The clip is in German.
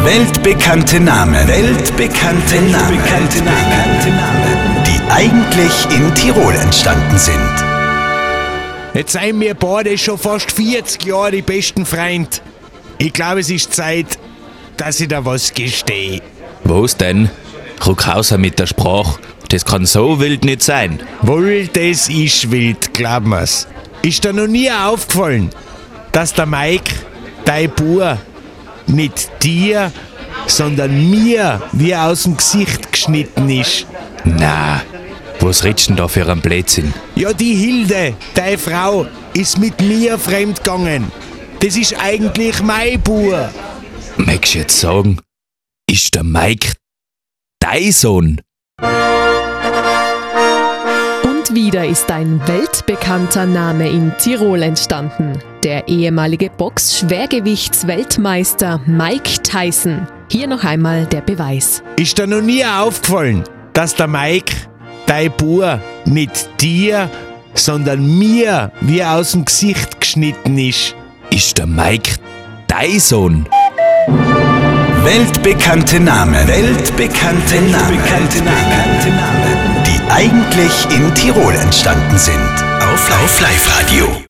Weltbekannte Namen. Weltbekannte Namen. Die eigentlich in Tirol entstanden sind. Jetzt seien wir beide schon fast 40 Jahre die besten Freunde. Ich glaube, es ist Zeit, dass ich da was gestehe. Was denn? Ruck raus mit der Sprache. Das kann so wild nicht sein. Wohl, das ist wild, glaub mir's. Ist dir noch nie aufgefallen, dass der Mike, dein Bub, nicht dir, sondern mir wie aus dem Gesicht geschnitten ist? Na, was redst denn da für ein Blödsinn? Ja, die Hilde, deine Frau, ist mit mir fremdgegangen. Das ist eigentlich mein Bub. Magst du jetzt sagen, ist der Mike dein Sohn? Und wieder ist ein weltbekannter Name in Tirol entstanden. Der ehemalige Box-Schwergewichtsweltmeister Mike Tyson. Hier noch einmal der Beweis. Ist dir noch nie aufgefallen, dass der Mike, dein Bub, nicht dir, sondern mir wie aus dem Gesicht geschnitten ist? Ist der Mike dein Sohn? Weltbekannte Namen. Weltbekannte Namen. Die eigentlich in Tirol entstanden sind. Auf Live-Radio.